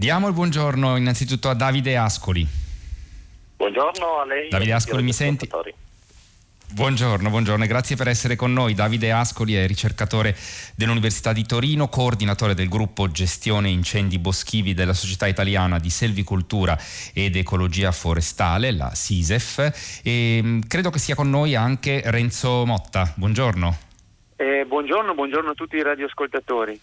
Diamo il buongiorno innanzitutto a Davide Ascoli. Buongiorno a lei. Davide Ascoli, mi senti? Buongiorno e grazie per essere con noi. Davide Ascoli è ricercatore dell'Università di Torino, coordinatore del gruppo Gestione Incendi Boschivi della Società Italiana di Selvicoltura ed Ecologia Forestale, la SISEF, e credo che sia con noi anche Renzo Motta. Buongiorno. Buongiorno a tutti i radioascoltatori.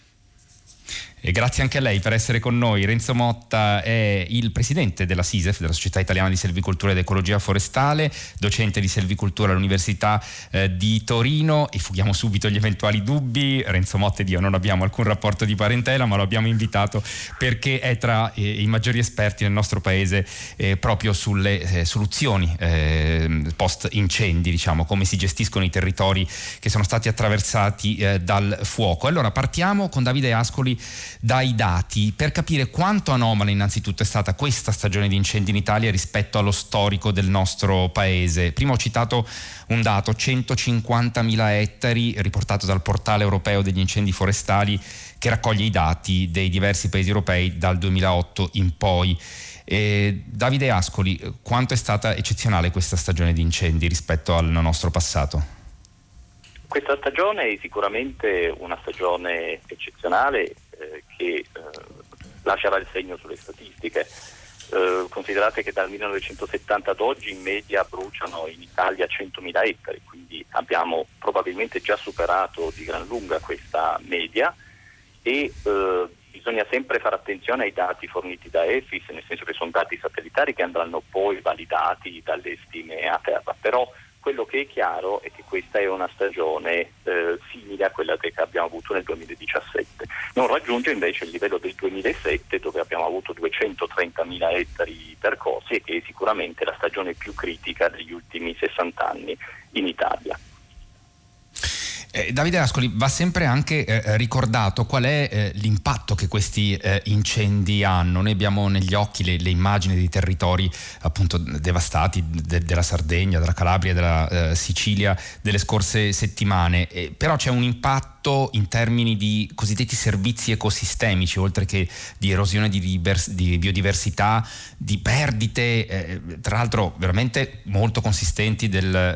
E grazie anche a lei per essere con noi. Renzo Motta è il presidente della SISEF, della Società Italiana di Selvicoltura ed Ecologia Forestale, docente di selvicoltura all'Università di Torino, e fughiamo subito gli eventuali dubbi. Renzo Motta ed io non abbiamo alcun rapporto di parentela, ma lo abbiamo invitato perché è tra i maggiori esperti nel nostro paese proprio sulle soluzioni post incendi, diciamo, come si gestiscono i territori che sono stati attraversati dal fuoco. Allora partiamo con Davide Ascoli dai dati per capire quanto anomala innanzitutto è stata questa stagione di incendi in Italia rispetto allo storico del nostro paese. Prima ho citato un dato: 150.000 ettari, riportato dal portale europeo degli incendi forestali, che raccoglie i dati dei diversi paesi europei dal 2008 in poi. Davide Ascoli, quanto è stata eccezionale questa stagione di incendi rispetto al nostro passato? Questa stagione è sicuramente una stagione eccezionale che lascerà il segno sulle statistiche. Considerate che dal 1970 ad oggi in media bruciano in Italia 100.000 ettari, quindi abbiamo probabilmente già superato di gran lunga questa media, e bisogna sempre fare attenzione ai dati forniti da EFIS, nel senso che sono dati satellitari che andranno poi validati dalle stime a terra, però quello che è chiaro è che questa è una stagione simile a quella che abbiamo avuto nel 2017. Non raggiunge invece il livello del 2007, dove abbiamo avuto 230.000 ettari percorsi, e che è sicuramente la stagione più critica degli ultimi 60 anni in Italia. Davide Ascoli, va sempre anche ricordato qual è l'impatto che questi incendi hanno. Noi abbiamo negli occhi le immagini dei territori appunto devastati della Sardegna, della Calabria, della Sicilia delle scorse settimane, però c'è un impatto in termini di cosiddetti servizi ecosistemici, oltre che di erosione di biodiversità, di perdite tra l'altro veramente molto consistenti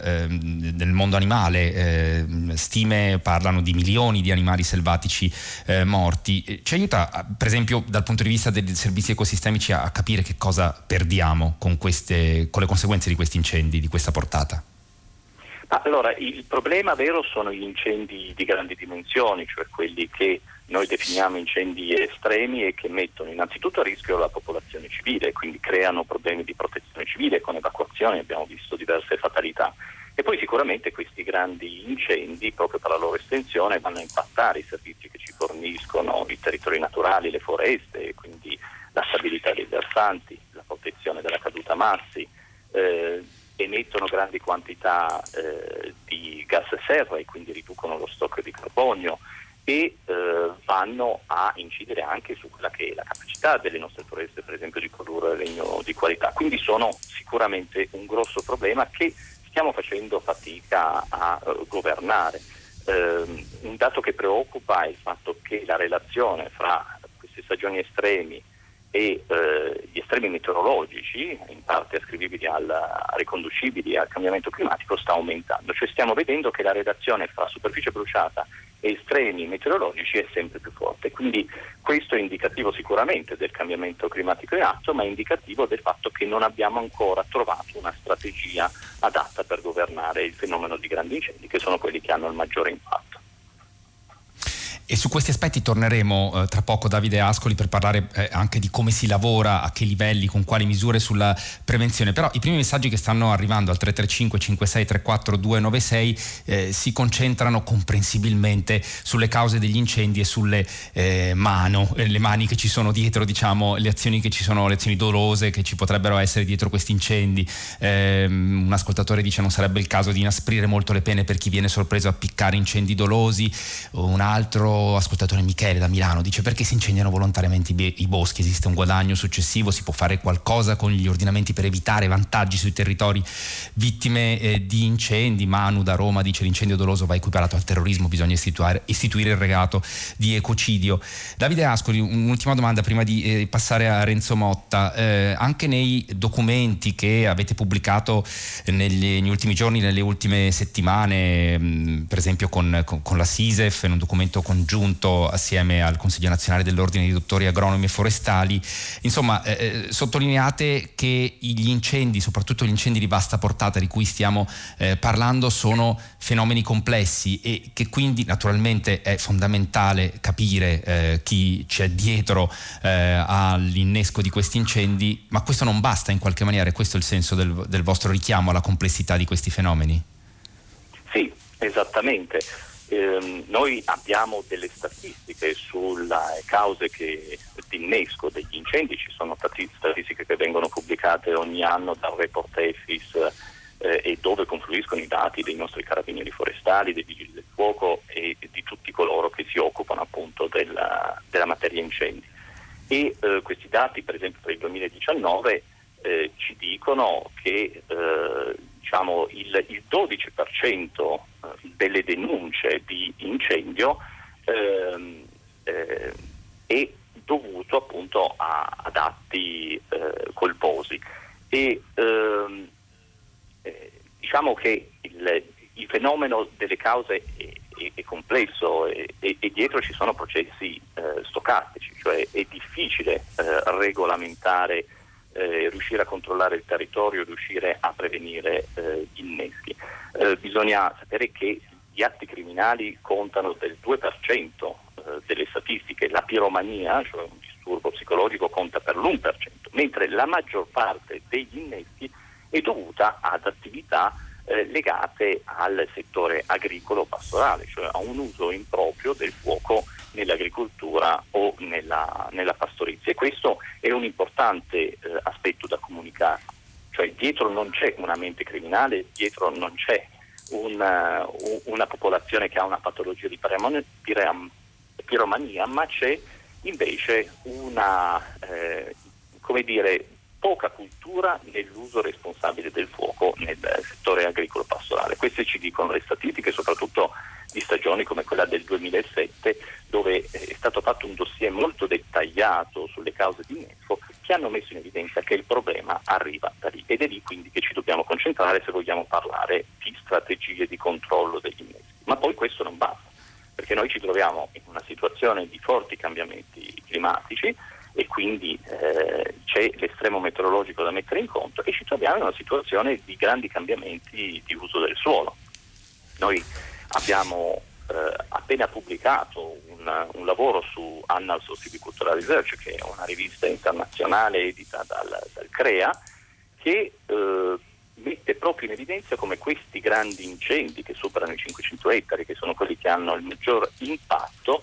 del mondo animale. Stime parlano di milioni di animali selvatici morti. Ci aiuta per esempio dal punto di vista dei servizi ecosistemici a capire che cosa perdiamo con le conseguenze di questi incendi di questa portata? Allora, il problema vero sono gli incendi di grandi dimensioni, cioè quelli che noi definiamo incendi estremi e che mettono innanzitutto a rischio la popolazione civile, quindi creano problemi di protezione civile con evacuazioni, abbiamo visto diverse fatalità. E poi sicuramente questi grandi incendi, proprio per la loro estensione, vanno a impattare i servizi che ci forniscono i territori naturali, le foreste, quindi la stabilità dei versanti, la protezione dalla caduta massi, emettono grandi quantità di gas serra e quindi riducono lo stock di carbonio, e vanno a incidere anche su quella che è la capacità delle nostre foreste, per esempio, di produrre legno di qualità. Quindi sono sicuramente un grosso problema che stiamo facendo fatica a governare. Un dato che preoccupa è il fatto che la relazione fra queste stagioni estremi e gli estremi meteorologici, in parte riconducibili al cambiamento climatico, sta aumentando. Cioè stiamo vedendo che la relazione fra superficie bruciata e estremi meteorologici è sempre più forte, quindi questo è indicativo sicuramente del cambiamento climatico in atto, ma è indicativo del fatto che non abbiamo ancora trovato una strategia adatta per governare il fenomeno di grandi incendi, che sono quelli che hanno il maggiore impatto. E su questi aspetti torneremo tra poco, Davide Ascoli, per parlare anche di come si lavora, a che livelli, con quali misure sulla prevenzione. Però i primi messaggi che stanno arrivando al 335 56 34 296 si concentrano comprensibilmente sulle cause degli incendi e sulle le mani che ci sono dietro, diciamo, le azioni che ci sono, le azioni dolose che ci potrebbero essere dietro questi incendi. Un ascoltatore dice: non sarebbe il caso di inasprire molto le pene per chi viene sorpreso a piccare incendi dolosi. Un altro nostro ascoltatore Michele da Milano dice: perché si incendiano volontariamente i boschi? Esiste un guadagno successivo? Si può fare qualcosa con gli ordinamenti per evitare vantaggi sui territori vittime di incendi? Manu da Roma dice: l'incendio doloso va equiparato al terrorismo, bisogna istituire il reato di ecocidio. Davide Ascoli, un'ultima domanda prima di passare a Renzo Motta. Anche nei documenti che avete pubblicato negli ultimi giorni, nelle ultime settimane, per esempio con la SISEF, in un documento congiunto assieme al Consiglio Nazionale dell'Ordine dei Dottori Agronomi e Forestali, insomma, sottolineate che gli incendi, soprattutto gli incendi di vasta portata di cui stiamo parlando, sono fenomeni complessi e che quindi naturalmente è fondamentale capire chi c'è dietro all'innesco di questi incendi, ma questo non basta in qualche maniera, e questo è il senso del vostro richiamo alla complessità di questi fenomeni? Sì, esattamente. Noi abbiamo delle statistiche sulle cause di innesco degli incendi. Ci sono statistiche che vengono pubblicate ogni anno dal report EFIS e dove confluiscono i dati dei nostri carabinieri forestali, dei vigili del fuoco e di tutti coloro che si occupano appunto della materia incendi. E questi dati, per esempio per il 2019, ci dicono che diciamo il 12% delle denunce di incendio è dovuto appunto ad atti colposi e diciamo che il fenomeno delle cause è complesso e dietro ci sono processi stocastici, cioè è difficile regolamentare, riuscire a controllare il territorio, riuscire a prevenire gli inneschi. Bisogna sapere che gli atti criminali contano del 2% delle statistiche, la piromania, cioè un disturbo psicologico, conta per l'1%, mentre la maggior parte degli inneschi è dovuta ad attività legate al settore agricolo pastorale, cioè a un uso improprio del fuoco nell'agricoltura o nella pastorizia, e questo è un importante aspetto da comunicare, cioè dietro non c'è una mente criminale, dietro non c'è una popolazione che ha una patologia di piromania, ma c'è invece una poca cultura nell'uso responsabile del fuoco nel settore agricolo pastorale. Queste ci dicono le statistiche, soprattutto di stagioni come quella del 2007, dove è stato fatto un dossier molto dettagliato sulle cause di innesco che hanno messo in evidenza che il problema arriva da lì, ed è lì quindi che ci dobbiamo concentrare se vogliamo parlare di strategie di controllo degli inneschi. Ma poi questo non basta, perché noi ci troviamo in una situazione di forti cambiamenti climatici e quindi c'è l'estremo meteorologico da mettere in conto, e ci troviamo in una situazione di grandi cambiamenti di uso del suolo. Noi abbiamo appena pubblicato un lavoro su Annals of Silvicultural Research, che è una rivista internazionale edita dal CREA, che mette proprio in evidenza come questi grandi incendi che superano i 500 ettari, che sono quelli che hanno il maggior impatto,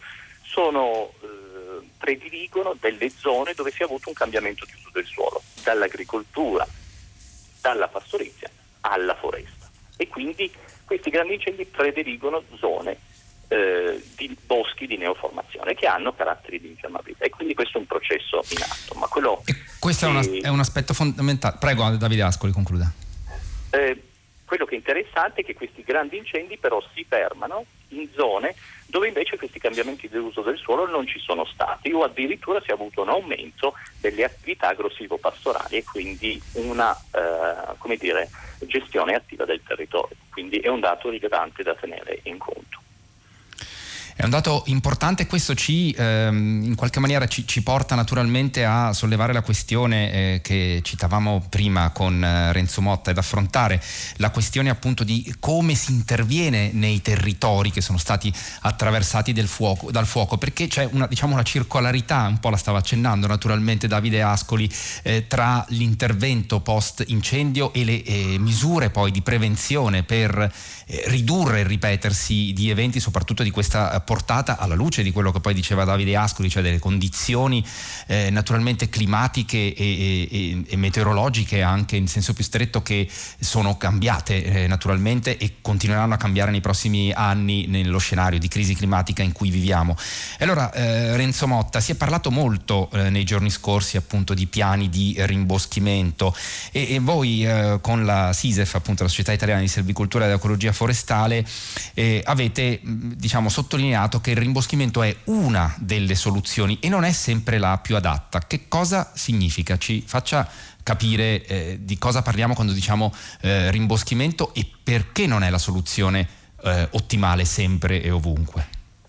prediligono delle zone dove si è avuto un cambiamento di uso del suolo, dall'agricoltura, dalla pastorizia alla foresta, e quindi questi grandi incendi prediligono zone di boschi di neoformazione che hanno caratteri di infiammabilità, e quindi questo è un processo in atto. Ma questo è un aspetto fondamentale. Prego, Davide Ascoli, concluda. Quello che è interessante è che questi grandi incendi però si fermano in zone dove invece questi cambiamenti dell'uso del suolo non ci sono stati, o addirittura si è avuto un aumento delle attività agro-silvopastorali e quindi una gestione attiva del territorio. Quindi è un dato rilevante da tenere in conto. È un dato importante, questo in qualche maniera ci porta naturalmente a sollevare la questione che citavamo prima con Renzo Motta, ed affrontare la questione appunto di come si interviene nei territori che sono stati attraversati dal fuoco, perché c'è una circolarità, un po' la stava accennando naturalmente Davide Ascoli, tra l'intervento post incendio e le misure poi di prevenzione per ridurre il ripetersi di eventi, soprattutto di questa portata alla luce di quello che poi diceva Davide Ascoli, cioè delle condizioni naturalmente climatiche e meteorologiche, anche in senso più stretto, che sono cambiate naturalmente e continueranno a cambiare nei prossimi anni nello scenario di crisi climatica in cui viviamo. E allora Renzo Motta, si è parlato molto nei giorni scorsi appunto di piani di rimboschimento e voi con la SISEF, appunto la Società Italiana di Selvicoltura ed Ecologia Forestale, avete sottolineato che il rimboschimento è una delle soluzioni e non è sempre la più adatta. Che cosa significa? Ci faccia capire di cosa parliamo quando diciamo rimboschimento e perché non è la soluzione ottimale sempre e ovunque.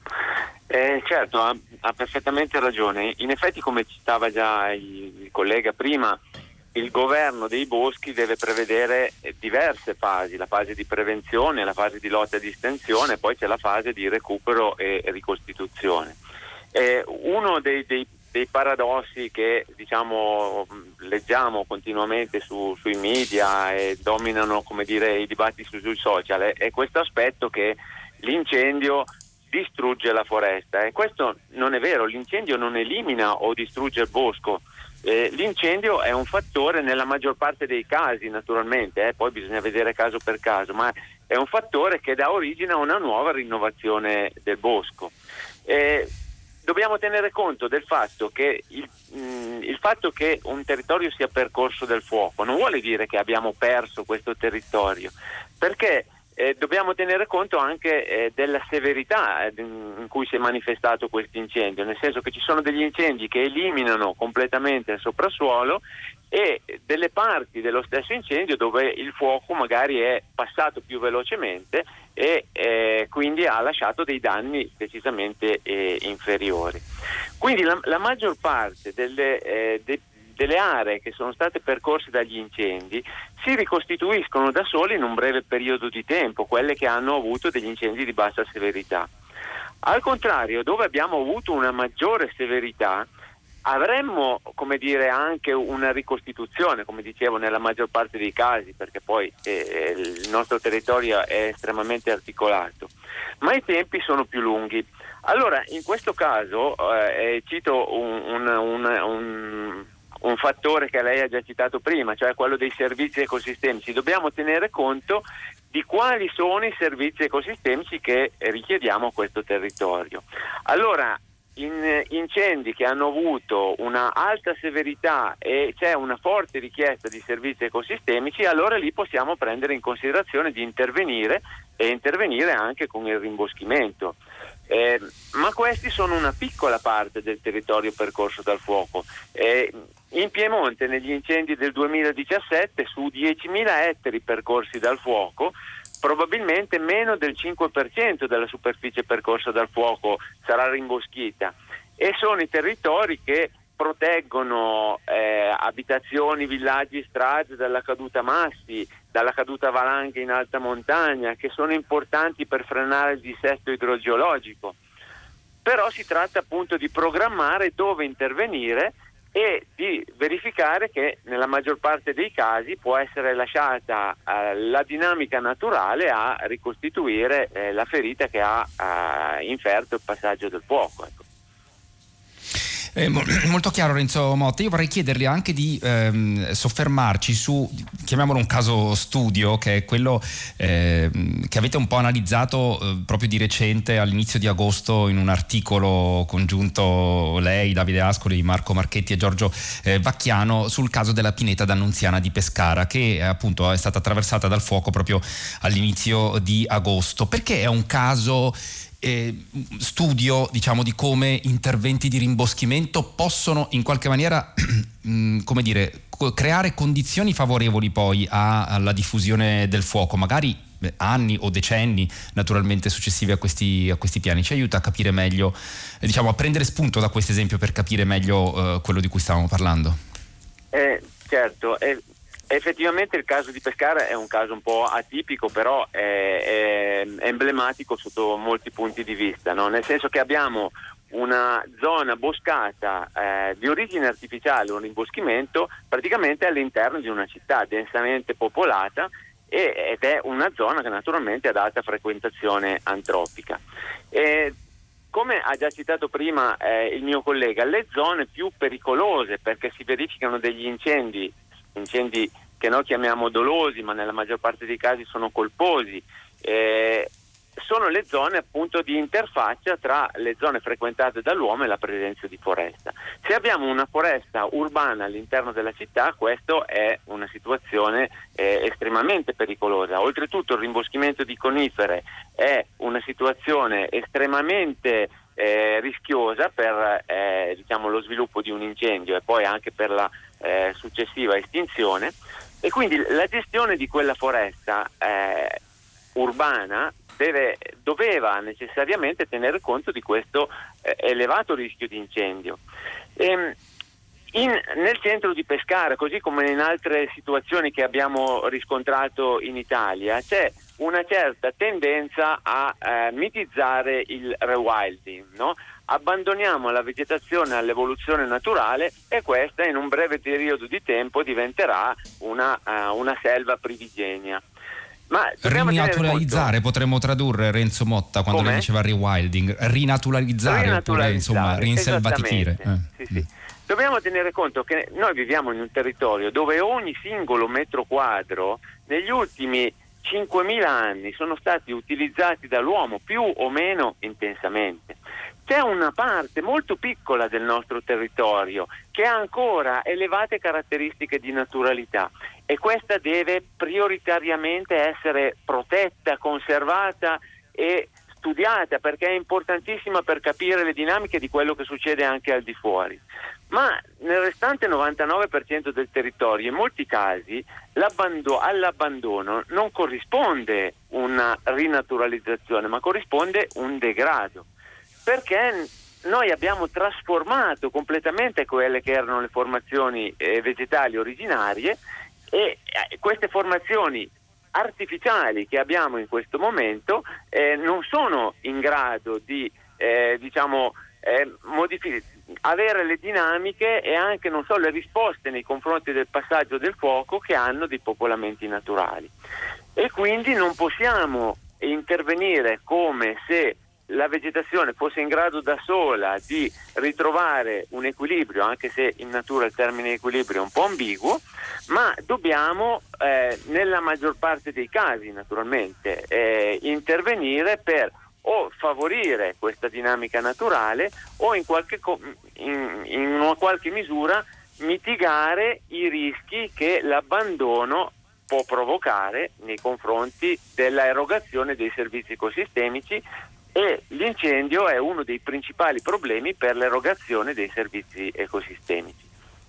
Certo, ha perfettamente ragione. In effetti, come citava già il collega prima, il governo dei boschi deve prevedere diverse fasi: la fase di prevenzione, la fase di lotta e di estensione, poi c'è la fase di recupero e ricostituzione. Uno dei paradossi che leggiamo continuamente sui media e dominano, i dibattiti sui social è questo aspetto che l'incendio distrugge la foresta, e questo non è vero. L'incendio non elimina o distrugge il bosco. L'incendio è un fattore nella maggior parte dei casi, naturalmente, poi bisogna vedere caso per caso, ma è un fattore che dà origine a una nuova rinnovazione del bosco. Dobbiamo tenere conto del fatto che il fatto che un territorio sia percorso dal fuoco non vuole dire che abbiamo perso questo territorio, perché dobbiamo tenere conto anche della severità in cui si è manifestato questo incendio, nel senso che ci sono degli incendi che eliminano completamente il soprassuolo e delle parti dello stesso incendio dove il fuoco magari è passato più velocemente e quindi ha lasciato dei danni decisamente inferiori. Quindi la maggior parte delle aree che sono state percorse dagli incendi si ricostituiscono da sole in un breve periodo di tempo, quelle che hanno avuto degli incendi di bassa severità. Al contrario, dove abbiamo avuto una maggiore severità, avremmo, anche una ricostituzione, come dicevo, nella maggior parte dei casi, perché poi il nostro territorio è estremamente articolato, ma i tempi sono più lunghi. Allora, in questo caso cito un fattore che lei ha già citato prima, cioè quello dei servizi ecosistemici. Dobbiamo tenere conto di quali sono i servizi ecosistemici che richiediamo a questo territorio. Allora, in incendi che hanno avuto una alta severità e c'è una forte richiesta di servizi ecosistemici, allora lì possiamo prendere in considerazione di intervenire anche con il rimboschimento. Ma questi sono una piccola parte del territorio percorso dal fuoco. In Piemonte, negli incendi del 2017, su 10.000 ettari percorsi dal fuoco, probabilmente meno del 5% della superficie percorsa dal fuoco sarà rimboschita, e sono i territori che proteggono abitazioni, villaggi, strade dalla caduta massi, dalla caduta valanghe in alta montagna, che sono importanti per frenare il dissesto idrogeologico. Però si tratta appunto di programmare dove intervenire e di verificare che nella maggior parte dei casi può essere lasciata la dinamica naturale a ricostituire la ferita che ha inferto il passaggio del fuoco. Ecco. Molto chiaro, Renzo Motta. Io vorrei chiederle anche di soffermarci su, chiamiamolo un caso studio, che è quello che avete un po' analizzato proprio di recente, all'inizio di agosto, in un articolo congiunto lei, Davide Ascoli, Marco Marchetti e Giorgio Vacchiano, sul caso della pineta d'Annunziana di Pescara, che appunto è stata attraversata dal fuoco proprio all'inizio di agosto. Perché è un caso studio, di come interventi di rimboschimento possono in qualche maniera creare condizioni favorevoli poi alla diffusione del fuoco, magari anni o decenni naturalmente successivi a questi piani. Ci aiuta a capire meglio, a prendere spunto da questo esempio per capire meglio quello di cui stavamo parlando. Certo, effettivamente il caso di Pescara è un caso un po' atipico, però è emblematico sotto molti punti di vista, no? Nel senso che abbiamo una zona boscata di origine artificiale, un rimboschimento praticamente all'interno di una città densamente popolata ed è una zona che naturalmente è ad alta frequentazione antropica. come ha già citato prima il mio collega, le zone più pericolose, perché si verificano degli incendi che noi chiamiamo dolosi, ma nella maggior parte dei casi sono colposi, sono le zone appunto di interfaccia tra le zone frequentate dall'uomo e la presenza di foresta. Se abbiamo una foresta urbana all'interno della città, questo è una situazione estremamente pericolosa. Oltretutto il rimboschimento di conifere è una situazione estremamente rischiosa per lo sviluppo di un incendio e poi anche per la successiva estinzione, e quindi la gestione di quella foresta urbana doveva necessariamente tenere conto di questo elevato rischio di incendio. Nel centro di Pescara, così come in altre situazioni che abbiamo riscontrato in Italia, c'è una certa tendenza a mitizzare il rewilding, no? Abbandoniamo la vegetazione all'evoluzione naturale e questa in un breve periodo di tempo diventerà una selva privigenia. Ma rinaturalizzare potremmo tradurre, Renzo Motta, quando lei diceva rewilding, rinaturalizzare oppure insomma rinselvatichire. Sì. Dobbiamo tenere conto che noi viviamo in un territorio dove ogni singolo metro quadro negli ultimi 5.000 anni sono stati utilizzati dall'uomo più o meno intensamente. C'è una parte molto piccola del nostro territorio che ha ancora elevate caratteristiche di naturalità e questa deve prioritariamente essere protetta, conservata e studiata, perché è importantissima per capire le dinamiche di quello che succede anche al di fuori. Ma nel restante 99% del territorio, in molti casi, all'abbandono non corrisponde una rinaturalizzazione, ma corrisponde un degrado, perché noi abbiamo trasformato completamente quelle che erano le formazioni vegetali originarie, e queste formazioni artificiali che abbiamo in questo momento non sono in grado di avere le dinamiche e anche non so le risposte nei confronti del passaggio del fuoco che hanno dei popolamenti naturali, e quindi non possiamo intervenire come se la vegetazione fosse in grado da sola di ritrovare un equilibrio, anche se in natura il termine equilibrio è un po' ambiguo, ma dobbiamo nella maggior parte dei casi naturalmente intervenire per o favorire questa dinamica naturale o in una qualche misura mitigare i rischi che l'abbandono può provocare nei confronti della erogazione dei servizi ecosistemici, e l'incendio è uno dei principali problemi per l'erogazione dei servizi ecosistemici.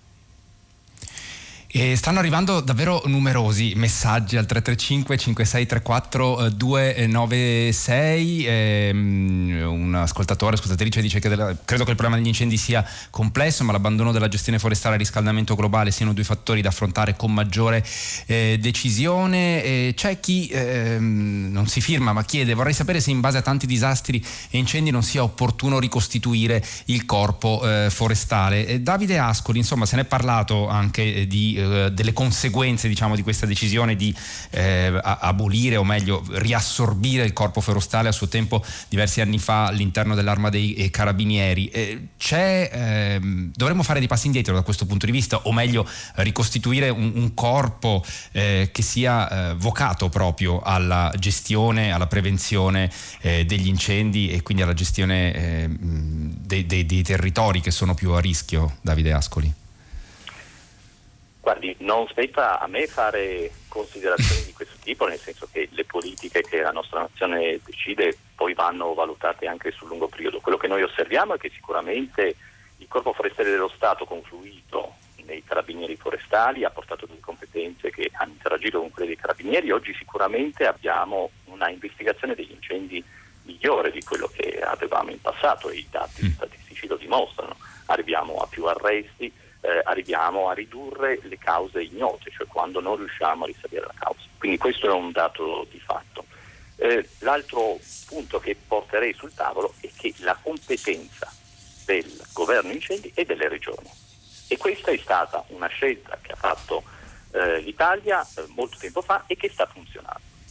E stanno arrivando davvero numerosi messaggi al 335 5634 296. Un ascoltatore, ascoltatrice dice che credo che il problema degli incendi sia complesso, ma l'abbandono della gestione forestale e il riscaldamento globale siano due fattori da affrontare con maggiore decisione. C'è chi non si firma ma chiede: vorrei sapere se in base a tanti disastri e incendi non sia opportuno ricostituire il corpo forestale. Davide Ascoli, insomma, se ne è parlato anche delle conseguenze, diciamo, di questa decisione di abolire, o meglio riassorbire il corpo forestale a suo tempo diversi anni fa all'interno dell'Arma dei Carabinieri. Dovremmo fare dei passi indietro da questo punto di vista, o meglio ricostituire un corpo che sia vocato proprio alla gestione, alla prevenzione degli incendi e quindi alla gestione dei territori che sono più a rischio. Davide Ascoli. Guardi, non spetta a me fare considerazioni di questo tipo, nel senso che le politiche che la nostra nazione decide poi vanno valutate anche sul lungo periodo. Quello che noi osserviamo è che sicuramente il Corpo Forestale dello Stato, confluito nei Carabinieri Forestali, ha portato delle competenze che hanno interagito con quelle dei Carabinieri. Oggi sicuramente abbiamo una investigazione degli incendi migliore di quello che avevamo in passato, e i dati statistici lo dimostrano. Arriviamo a più arresti, arriviamo a ridurre le cause ignote, cioè quando non riusciamo a risalire la causa. Quindi questo è un dato di fatto. L'altro punto che porterei sul tavolo è che la competenza del governo incendi è delle regioni, e questa è stata una scelta che ha fatto l'Italia molto tempo fa e che sta funzionando.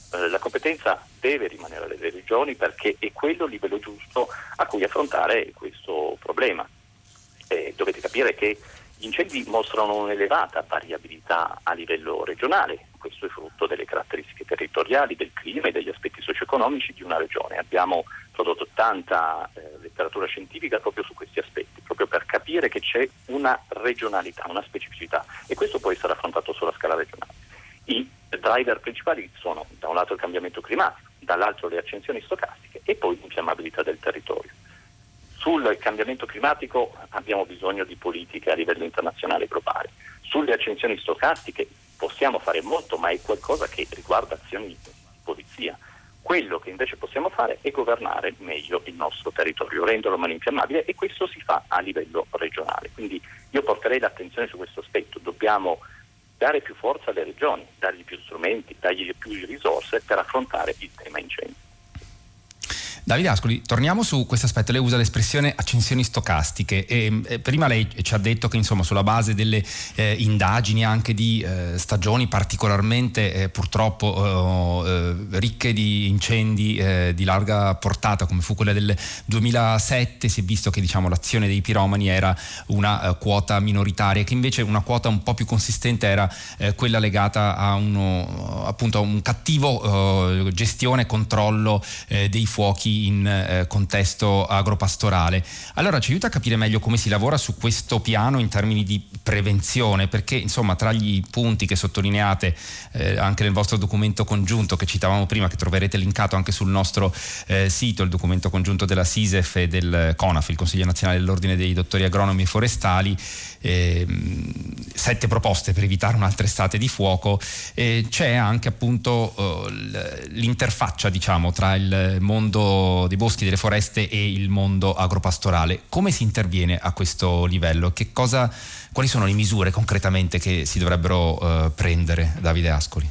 la competenza deve rimanere alle regioni, perché è quello il livello giusto a cui affrontare questo problema. Dovete capire che gli incendi mostrano un'elevata variabilità a livello regionale. Questo è frutto delle caratteristiche territoriali, del clima e degli aspetti socio-economici di una regione. Abbiamo prodotto tanta letteratura scientifica proprio su questi aspetti, proprio per capire che c'è una regionalità, una specificità, e questo può essere affrontato sulla scala regionale. I driver principali sono da un lato il cambiamento climatico, dall'altro le accensioni stocastiche e poi l'infiammabilità del territorio. Sul cambiamento climatico abbiamo bisogno di politiche a livello internazionale e globale. Sulle accensioni stocastiche possiamo fare molto, ma è qualcosa che riguarda azioni di polizia. Quello che invece possiamo fare è governare meglio il nostro territorio, renderlo meno infiammabile, e questo si fa a livello regionale. Quindi io porterei l'attenzione su questo aspetto. Dobbiamo dare più forza alle regioni, dargli più strumenti, dargli più risorse per affrontare il tema incendi. Davide Ascoli, torniamo su questo aspetto. Lei usa l'espressione accensioni stocastiche e prima lei ci ha detto che insomma sulla base delle indagini anche di stagioni particolarmente purtroppo ricche di incendi di larga portata, come fu quella del 2007, si è visto che diciamo l'azione dei piromani era una quota minoritaria, che invece una quota un po' più consistente era quella legata a appunto a un cattivo gestione e controllo dei fuochi in contesto agropastorale. Allora ci aiuta a capire meglio come si lavora su questo piano in termini di prevenzione, perché insomma tra gli punti che sottolineate anche nel vostro documento congiunto che citavamo prima, che troverete linkato anche sul nostro sito, il documento congiunto della SISEF e del CONAF, il Consiglio Nazionale dell'Ordine dei Dottori Agronomi e Forestali, 7 proposte per evitare un'altra estate di fuoco. C'è anche appunto l'interfaccia diciamo tra il mondo dei boschi, delle foreste e il mondo agropastorale. Come si interviene a questo livello? Quali sono le misure concretamente che si dovrebbero prendere, Davide Ascoli?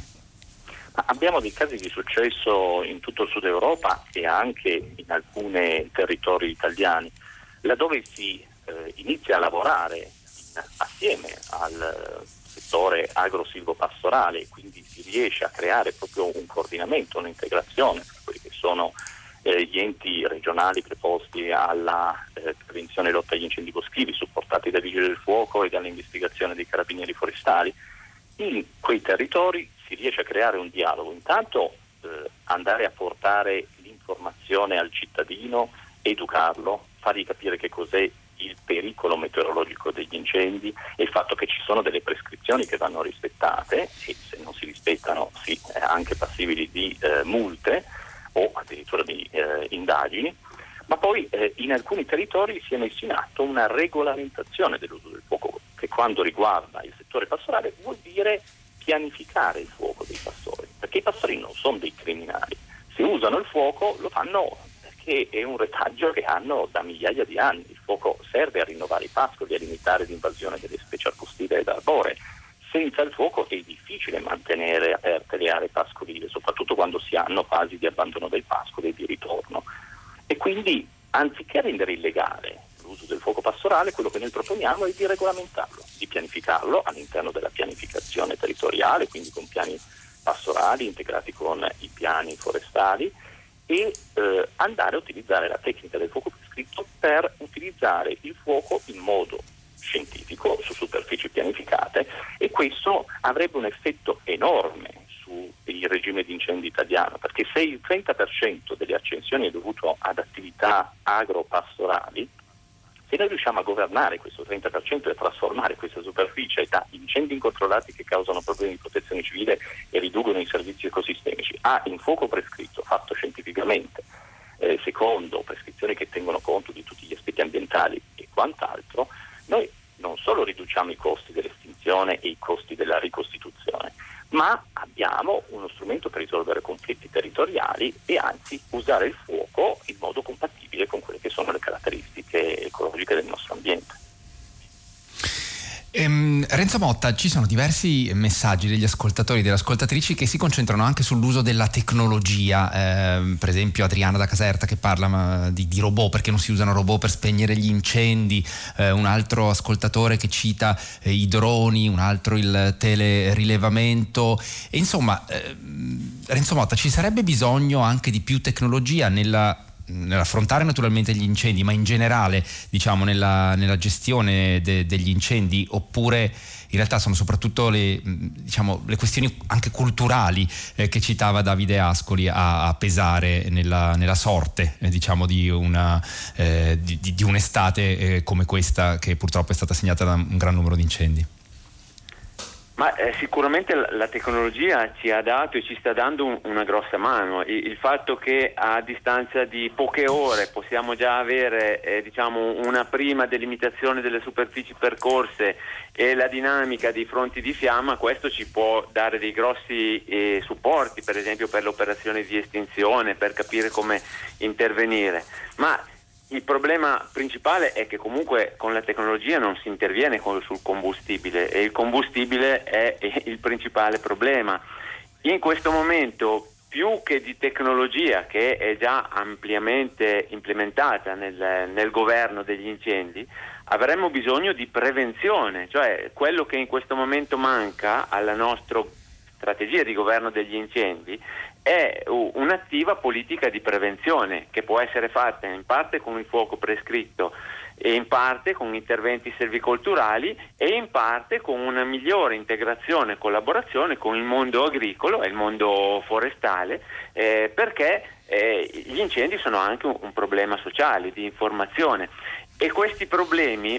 Abbiamo dei casi di successo in tutto il sud Europa e anche in alcuni territori italiani, laddove si inizia a lavorare assieme al settore agro-silvopastorale, quindi si riesce a creare proprio un coordinamento, un'integrazione tra quelli che sono gli enti regionali preposti alla prevenzione e lotta agli incendi boschivi, supportati dai vigili del fuoco e dall'investigazione dei carabinieri forestali. In quei territori si riesce a creare un dialogo, intanto andare a portare l'informazione al cittadino, educarlo, fargli capire che cos'è il pericolo meteorologico degli incendi e il fatto che ci sono delle prescrizioni che vanno rispettate, e se non si rispettano si è anche passibili di multe o addirittura di indagini. Ma poi in alcuni territori si è messo in atto una regolamentazione dell'uso del fuoco, che quando riguarda il settore pastorale vuol dire pianificare il fuoco dei pastori, perché i pastori non sono dei criminali. Se usano il fuoco lo fanno perché è un retaggio che hanno da migliaia di anni. Il fuoco serve a rinnovare i pascoli, a limitare l'invasione delle specie arbustive ed arboree. Senza il fuoco è difficile mantenere aperte le aree pascoline, soprattutto quando si hanno fasi di abbandono del pascolo e di ritorno. E quindi, anziché rendere illegale l'uso del fuoco pastorale, quello che noi proponiamo è di regolamentarlo, di pianificarlo all'interno della pianificazione territoriale, quindi con piani pastorali integrati con i piani forestali, e andare a utilizzare la tecnica del fuoco prescritto per utilizzare il fuoco in modo scientifico su superfici pianificate, e questo avrebbe un effetto enorme sul regime di incendi italiano, perché se il 30% delle accensioni è dovuto ad attività agropastorali, se noi riusciamo a governare questo 30% e a trasformare questa superficie da incendi incontrollati che causano problemi di protezione civile e riducono i servizi ecosistemici a in fuoco prescritto, fatto scientificamente, secondo prescrizioni che tengono conto di tutti gli aspetti ambientali e quant'altro, noi non solo riduciamo i costi dell'estinzione e i costi della ricostituzione, ma abbiamo uno strumento per risolvere conflitti territoriali e anzi usare il fuoco in modo compatibile con quelle che sono le caratteristiche ecologiche del nostro ambiente. Renzo Motta, ci sono diversi messaggi degli ascoltatori e delle ascoltatrici che si concentrano anche sull'uso della tecnologia, per esempio Adriana da Caserta che parla di robot, perché non si usano robot per spegnere gli incendi, un altro ascoltatore che cita i droni, un altro il telerilevamento, e insomma Renzo Motta, ci sarebbe bisogno anche di più tecnologia nell'affrontare naturalmente gli incendi, ma in generale diciamo nella gestione degli incendi, oppure in realtà sono soprattutto le questioni anche culturali che citava Davide Ascoli a pesare nella sorte di un'estate come questa, che purtroppo è stata segnata da un gran numero di incendi? Ma sicuramente la tecnologia ci ha dato e ci sta dando una grossa mano. Il fatto che a distanza di poche ore possiamo già avere una prima delimitazione delle superfici percorse e la dinamica dei fronti di fiamma, questo ci può dare dei grossi supporti, per esempio per l'operazione di estinzione, per capire come intervenire. Ma il problema principale è che comunque con la tecnologia non si interviene sul combustibile, e il combustibile è il principale problema. In questo momento, più che di tecnologia, che è già ampiamente implementata nel governo degli incendi, avremmo bisogno di prevenzione, cioè quello che in questo momento manca alla nostra strategia di governo degli incendi è un'attiva politica di prevenzione che può essere fatta in parte con il fuoco prescritto e in parte con interventi selvicolturali e in parte con una migliore integrazione e collaborazione con il mondo agricolo e il mondo forestale, perché gli incendi sono anche un problema sociale, di informazione. E questi problemi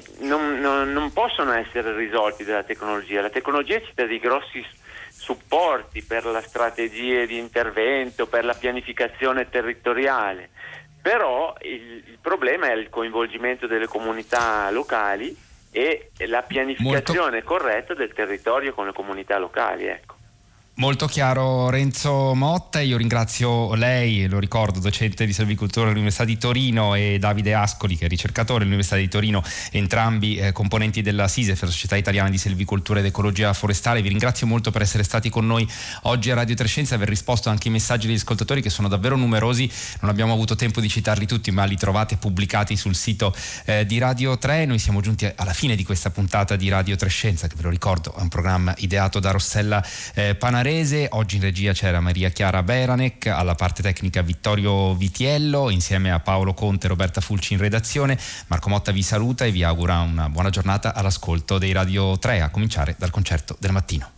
non possono essere risolti dalla tecnologia. La tecnologia ci dà dei grossi supporti per la strategia di intervento, per la pianificazione territoriale, però il problema è il coinvolgimento delle comunità locali e la pianificazione corretta del territorio con le comunità locali, ecco. Molto chiaro Renzo Motta, io ringrazio lei, lo ricordo, docente di selvicoltura all'Università di Torino, e Davide Ascoli, che è ricercatore all'Università di Torino, entrambi componenti della SISEF, la Società Italiana di Selvicoltura ed Ecologia Forestale. Vi ringrazio molto per essere stati con noi oggi a Radio Trescenza e aver risposto anche ai messaggi degli ascoltatori, che sono davvero numerosi. Non abbiamo avuto tempo di citarli tutti, ma li trovate pubblicati sul sito di Radio 3. Noi siamo giunti alla fine di questa puntata di Radio Trescenza, che ve lo ricordo è un programma ideato da Rossella Panarese. Oggi in regia c'era Maria Chiara Beranec, alla parte tecnica Vittorio Vitiello, insieme a Paolo Conte e Roberta Fulci in redazione. Marco Motta vi saluta e vi augura una buona giornata all'ascolto dei Radio 3, a cominciare dal concerto del mattino.